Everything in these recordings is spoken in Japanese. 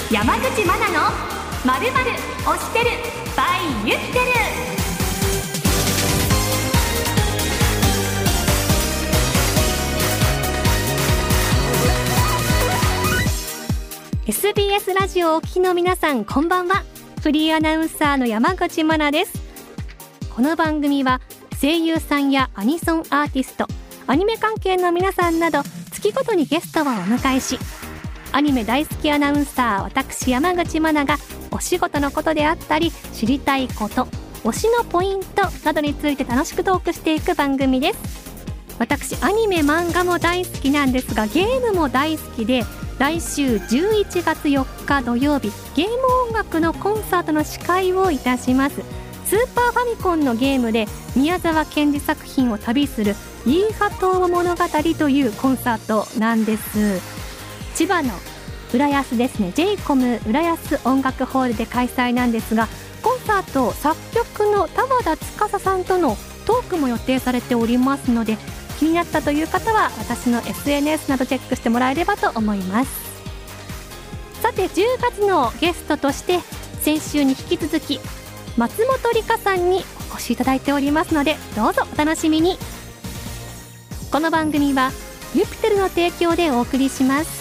山口真奈の〇〇推してる by 言ってる。SBS ラジオをお聞きの皆さん、こんばんは。フリーアナウンサーの山口真奈です。この番組は声優さんやアニソンアーティスト、アニメ関係の皆さんなど月ごとにゲストをお迎えし、アニメ大好きアナウンサー私山口真奈がお仕事のことであったり、知りたいこと、推しのポイントなどについて楽しくトークしていく番組です。私アニメ漫画も大好きなんですが、ゲームも大好きで、来週11月4日土曜日、ゲーム音楽のコンサートの司会をいたします。スーパーファミコンのゲームで宮沢賢治作品を旅するイーハトー物語というコンサートなんです。千葉の浦安ですね、 j コム浦安音楽ホールで開催なんですが、コンサート作曲の田和田司さんとのトークも予定されておりますので、気になったという方は私の SNS などチェックしてもらえればと思います。さて、10月のゲストとして先週に引き続き松本里香さんにお越しいただいておりますので、どうぞお楽しみに。この番組はユピテルの提供でお送りします。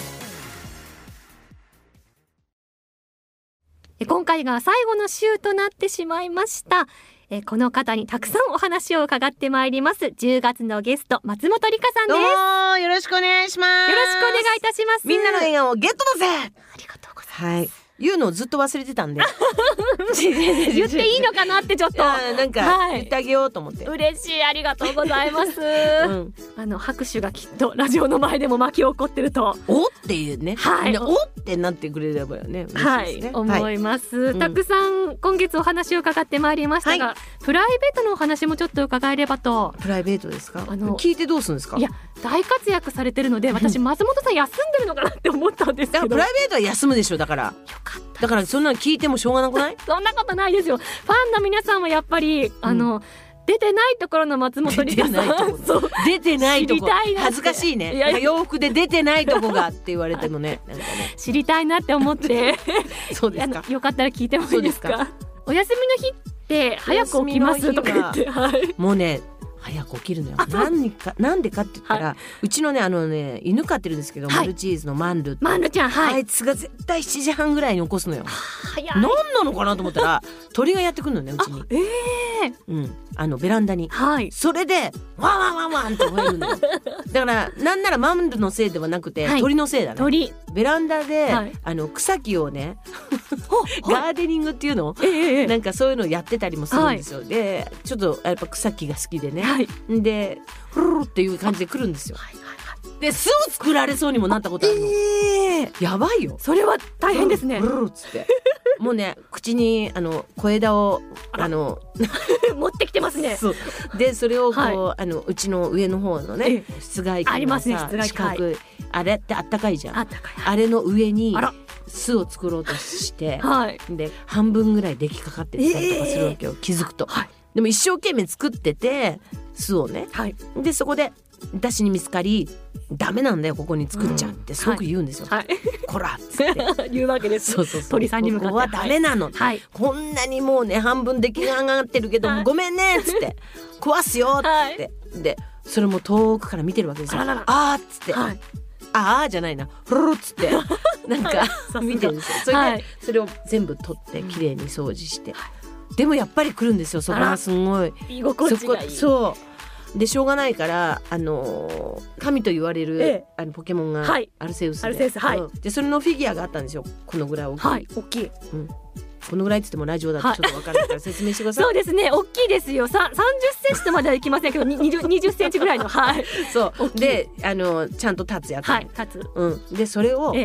今回が最後の週となってしまいました。この方にたくさんお話を伺ってまいります。10月のゲスト、松本里香さんです。 どうもよろしくお願いします。 よろしくお願いいたします。 みんなの笑顔をゲットだぜ。 ありがとうございます。 はい、言うのをずっと忘れてたんで言っていいのかなってちょっとなんか言ってあげようと思って、 嬉しい、ありがとうございます、拍手がきっとラジオの前でも巻き起こってると、 おっていうね、 はい、 おってなってくれればよね、 はい、思います、たくさん今月お話を伺ってまいりましたが、プライベートのお話もちょっと伺えればと。 プライベートですか？聞いてどうするんですか？ いや、大活躍されてるので、私松本さん休んでるのかなって思ったんですけど、 だからプライベートは休むでしょ。だからよかった。 だからそんなの聞いてもしょうがなくない？ そんなことないですよ。ファンの皆さんはやっぱり出てないところの松本里香さん、 出てないとこ、 知りたいなって。 恥ずかしいね。洋服で出てないとこがって言われてもね、なんかね、 知りたいなって思ってそうですか。 よかったら聞いてもいいですか？お休みの日って早く起きますとか言って、 もうね、早く起きるのよ。なんでかって言ったら、うちのね、犬飼ってるんですけど、マルチーズのマンルちゃん、 あいつが絶対7時半ぐらいに起こすのよ。何なのかなと思ったら鳥がやってくるのね、うちに。ベランダに、それでワンワンワンワンって吠えるのよ。だからなんならマンルのせいではなくて、鳥のせいだね。ベランダで、草木をねガーデニングっていうの、なんかそういうのやってたりもするんですよ。でちょっとやっぱ草木が好きでね、でフルルっていう感じで来るんですよ。で巣を作られそうにもなったことあるの。やばいよ、 それは大変ですね。 ブルルっつってもうね、口に小枝を持ってきてますね。 そうで、それをこう、うちの上の方のね、室外機のさ、四角いあれってあったかいじゃん。あれの上に巣を作ろうとして、で半分ぐらい出来かかってたりとかするわけよ、気づくと。でも一生懸命作ってて巣をね、でそこで私に見つかり、ダメなんだよここに作っちゃってすごく言うんですよ。こらっつって言うわけです。鳥さんに向かって、 ここはダメなの、こんなにもうね半分出来上がってるけど、ごめんねっつって壊すよって、でそれも遠くから見てるわけですよ。あーっつって、あーじゃないな、フルルっつってなんか見てるんですよ。それでそれを全部取ってきれいに掃除して、でもやっぱり来るんですよ。そこがすごい居心地がいい。 そうでしょうがないから、神と言われる、ポケモンがアルセウスで、でそれのフィギュアがあったんですよ。このぐらい大きい、大きい、このぐらいって言ってもラジオだとちょっと分からないから説明してください。 そうですね、大きいですよ。30センチとまではいきませんけど、20センチぐらいの、 そうでちゃんと立つやつ、でそれを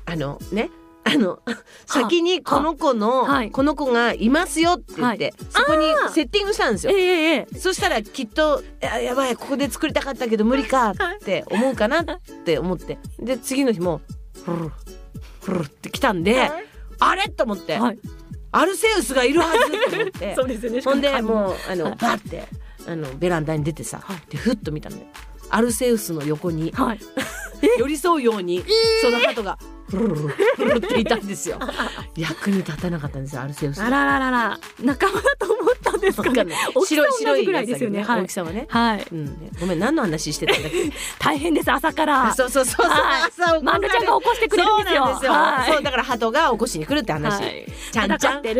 先にこの子がいますよって言って、そこにセッティングしたんですよ。そしたらきっとやばい、ここで作りたかったけど無理かって思うかなって思って、で次の日もフルルフルルって来たんで、あれと思って、アルセウスがいるはずと思ってそうですよね。 ほんでもうバッてベランダに出てさ、でふっと見たのよ。アルセウスの横に、寄り添うようにその鳩がフルルルフルルっていたんですよ。役に立たなかったんですよ、アルセウス。 あらららら、仲間だと思ったんですかね。 白いぐらいですよね。 大きさはね。 はい。 ごめん、何の話してたんだっけ。 大変です、朝から。 そう。 マンガちゃんが起こしてくれるんですよ。 そうだから鳩が起こしに来るって話。ちゃんちゃん。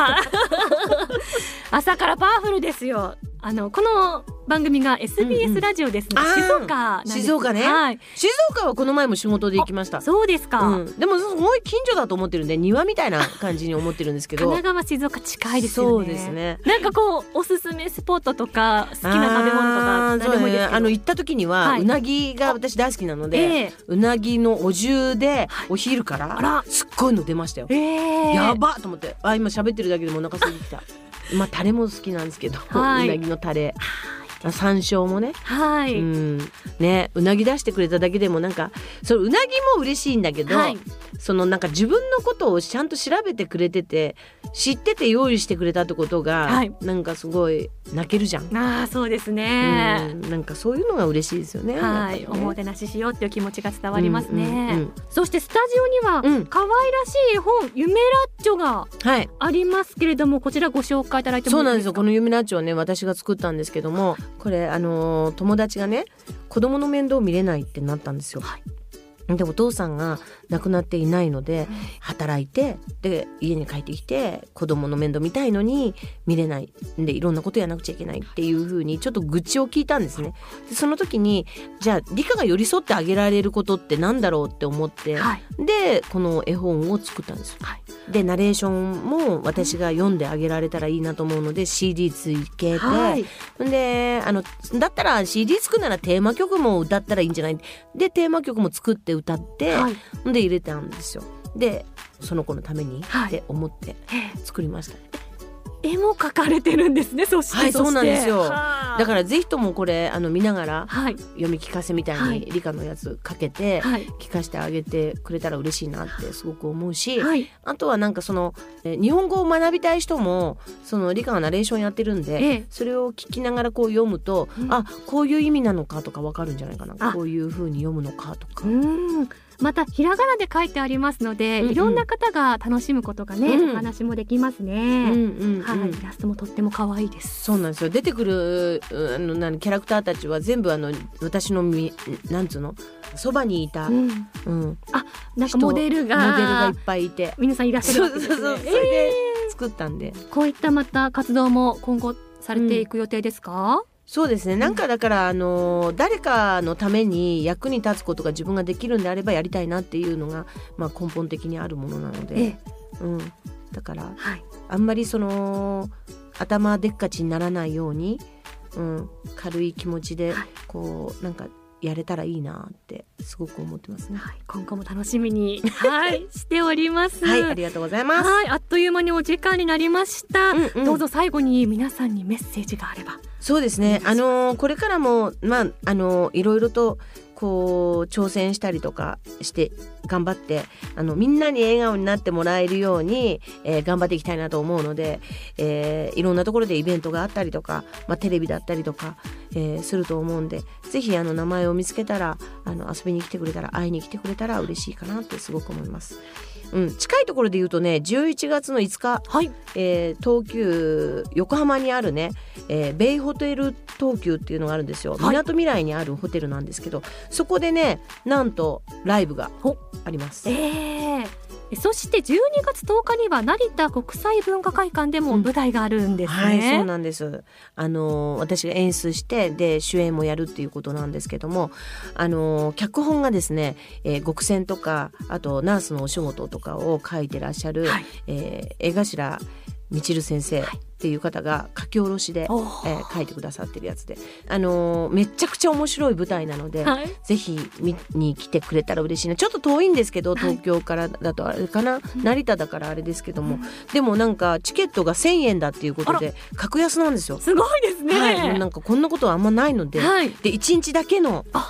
朝からパワフルですよ。この番組が SBS ラジオですので、静岡なんです。 静岡ね、静岡はこの前も仕事で行きました。 そうですか、 でもすごい近所だと思ってるんで、庭みたいな感じに思ってるんですけど神奈川静岡近いですよね。 そうですね。 なんかこうおすすめスポットとか好きな食べ物とか何でもいいですけど、 行った時には、うなぎが私大好きなので、うなぎのお重でお昼からすっごいの出ましたよ。やばっと思って、今喋ってるだけでもお腹空いてきた。タレも好きなんですけど、うなぎのタレ、山椒もね、ね、うなぎ出してくれただけでもなんかそのうなぎも嬉しいんだけど、そのなんか自分のことをちゃんと調べてくれてて、知ってて用意してくれたってことが、なんかすごい泣けるじゃん。 そうですね、 なんかそういうのが嬉しいですよね。 おもてなししようっていう気持ちが伝わりますね。そしてスタジオには可愛らしい絵本、ゆめラッチョがありますけれども、こちらご紹介いただいてもいいですか。そうなんですよ。このゆめラッチョはね、私が作ったんですけども、これ友達がね、子供の面倒見れないってなったんですよ。でお父さんが亡くなっていないので、働いて、で家に帰ってきて子供の面倒見たいのに見れないんで、いろんなことやらなくちゃいけないっていう風にちょっと愚痴を聞いたんですね。でその時に、じゃあ理香が寄り添ってあげられることってなんだろうって思って、でこの絵本を作ったんですよ。でナレーションも私が読んであげられたらいいなと思うので CD つけて、でだったら CD 作るならテーマ曲も歌ったらいいんじゃないで、テーマ曲も作って歌って、で入れたんですよ。でその子のためにって思って作りました。 絵も描かれてるんですね。そしてそうなんですよ。だからぜひともこれ見ながら、読み聞かせみたいに理科のやつかけて、聞かせてあげてくれたら嬉しいなってすごく思うし、あとはなんかその日本語を学びたい人もその理科がナレーションやってるんで、それを聞きながらこう読むと、こういう意味なのかとか分かるんじゃないかな。こういう風に読むのかとか。 またひらがなで書いてありますので、いろんな方が楽しむことがね、お話もできますね。イラストもとっても可愛いです。 そうなんですよ。出てくるキャラクターたちは全部私のなんつうの、そばにいた、 なんかモデルがいっぱいいて、 皆さんいらっしゃるわけですね。 それで作ったんで、 こういったまた活動も今後されていく予定ですか？ そうですね。なんかだから誰かのために役に立つことが自分ができるんであればやりたいなっていうのが、根本的にあるものなので、だから、あんまりその頭でっかちにならないように、軽い気持ちでこうなんかやれたらいいなってすごく思ってますね。 今後も楽しみにしております。 ありがとうございます。 あっという間にお時間になりました。どうぞ最後に皆さんにメッセージがあれば。 そうですね。これからもいろいろとこう挑戦したりとかして頑張ってみんなに笑顔になってもらえるように、頑張っていきたいなと思うので、いろんなところでイベントがあったりとか、テレビだったりとか、すると思うんで、ぜひ名前を見つけたら遊びに来てくれたら、会いに来てくれたら嬉しいかなってすごく思います。近いところで言うとね、11月の5日、東急横浜にあるね、ベイホテル東急っていうのがあるんですよ。みなとみらいにあるホテルなんですけど、そこでね、なんとライブがあります。 そして12月10日には成田国際文化会館でも舞台があるんですね。 そうなんです。私が演出してで主演もやるっていうことなんですけども、脚本がですね、極戦とか、あとナースのお仕事とかを書いてらっしゃる、江頭みちる先生っていう方が書き下ろしで、書いてくださってるやつで、めちゃくちゃ面白い舞台なので、ぜひ見に来てくれたら嬉しいな。ちょっと遠いんですけど、東京からだとあれかな、成田だからあれですけども、でもなんかチケットが1000円だっていうことで格安なんですよ。 すごいですね。 なんかこんなことはあんまないので、で1日だけの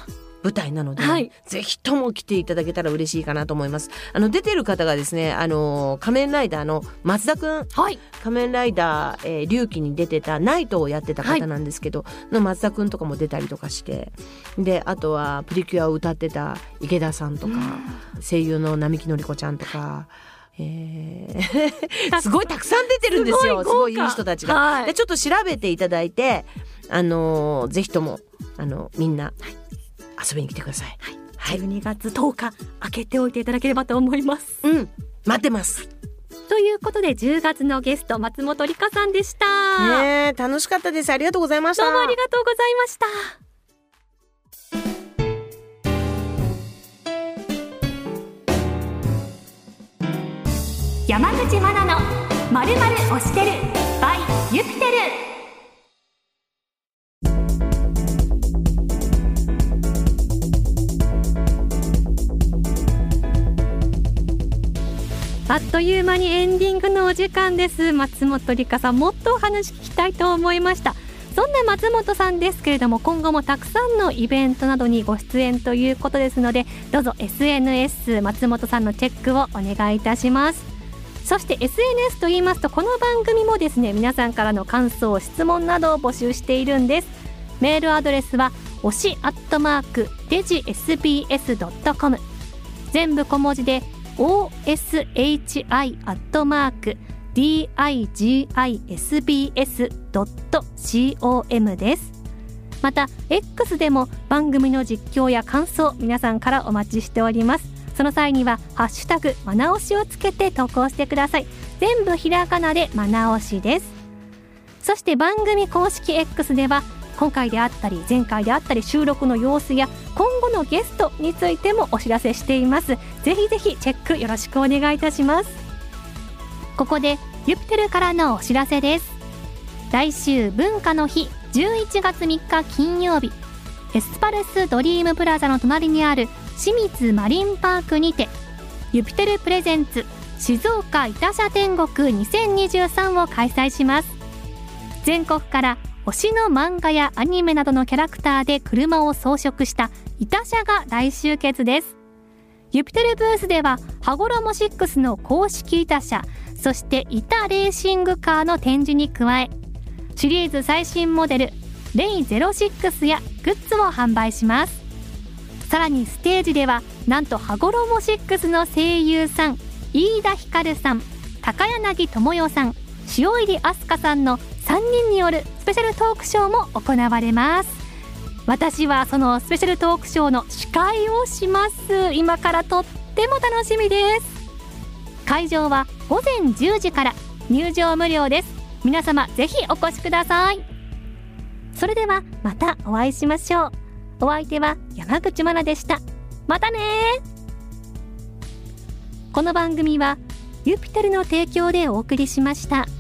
舞台なので、ぜひとも来ていただけたら嬉しいかなと思います。出てる方がですね、仮面ライダーの松田くん、仮面ライダー、龍騎に出てたナイトをやってた方なんですけど、の松田くんとかも出たりとかして、であとはプリキュアを歌ってた池田さんとか、声優の並木のりこちゃんとか、すごいたくさん出てるんですよ。すごいいい人たちが、でちょっと調べていただいて、ぜひともみんな遊びに来てください。 12月10日開けておいていただければと思います。 待ってます。 ということで10月のゲスト松本里香さんでした。 楽しかったです。ありがとうございました。 どうもありがとうございました。山口真奈の〇〇推してる by ユピテル。あっという間にエンディングのお時間です。松本里香さん、もっとお話聞きたいと思いました。そんな松本さんですけれども、今後もたくさんのイベントなどにご出演ということですので、どうぞ SNS 松本さんのチェックをお願いいたします。そして SNS と言いますと、この番組もですね、皆さんからの感想質問などを募集しているんです。メールアドレスはoshi@degisbs.com、 全部小文字でoshi@digisbs.com です。また X でも番組の実況や感想、皆さんからお待ちしております。その際にはハッシュタグまなおしをつけて投稿してください。全部ひらがなでまなおしです。そして番組公式 X では今回であったり前回であったり収録の様子や今後のゲストについてもお知らせしています。ぜひぜひチェックよろしくお願いいたします。ここでユピテルからのお知らせです。来週文化の日11月3日金曜日、エスパルスドリームプラザの隣にある清水マリンパークにてユピテルプレゼンツ静岡イタ車天国2023を開催します。全国から推しの漫画やアニメなどのキャラクターで車を装飾したイタ車が大集結です。ユピテルブースでは羽衣6の公式イタ車、そしてイタレーシングカーの展示に加え、シリーズ最新モデルレイ06やグッズを販売します。さらにステージではなんと羽衣6の声優さん、飯田ひかるさん、高柳智代さん、塩入飛鳥さんの3人によるスペシャルトークショーも行われます。私はそのスペシャルトークショーの司会をします。今からとっても楽しみです。会場は午前10時から入場無料です。皆様ぜひお越しください。それではまたお会いしましょう。お相手は山口真奈でした。またね。この番組はユピテルの提供でお送りしました。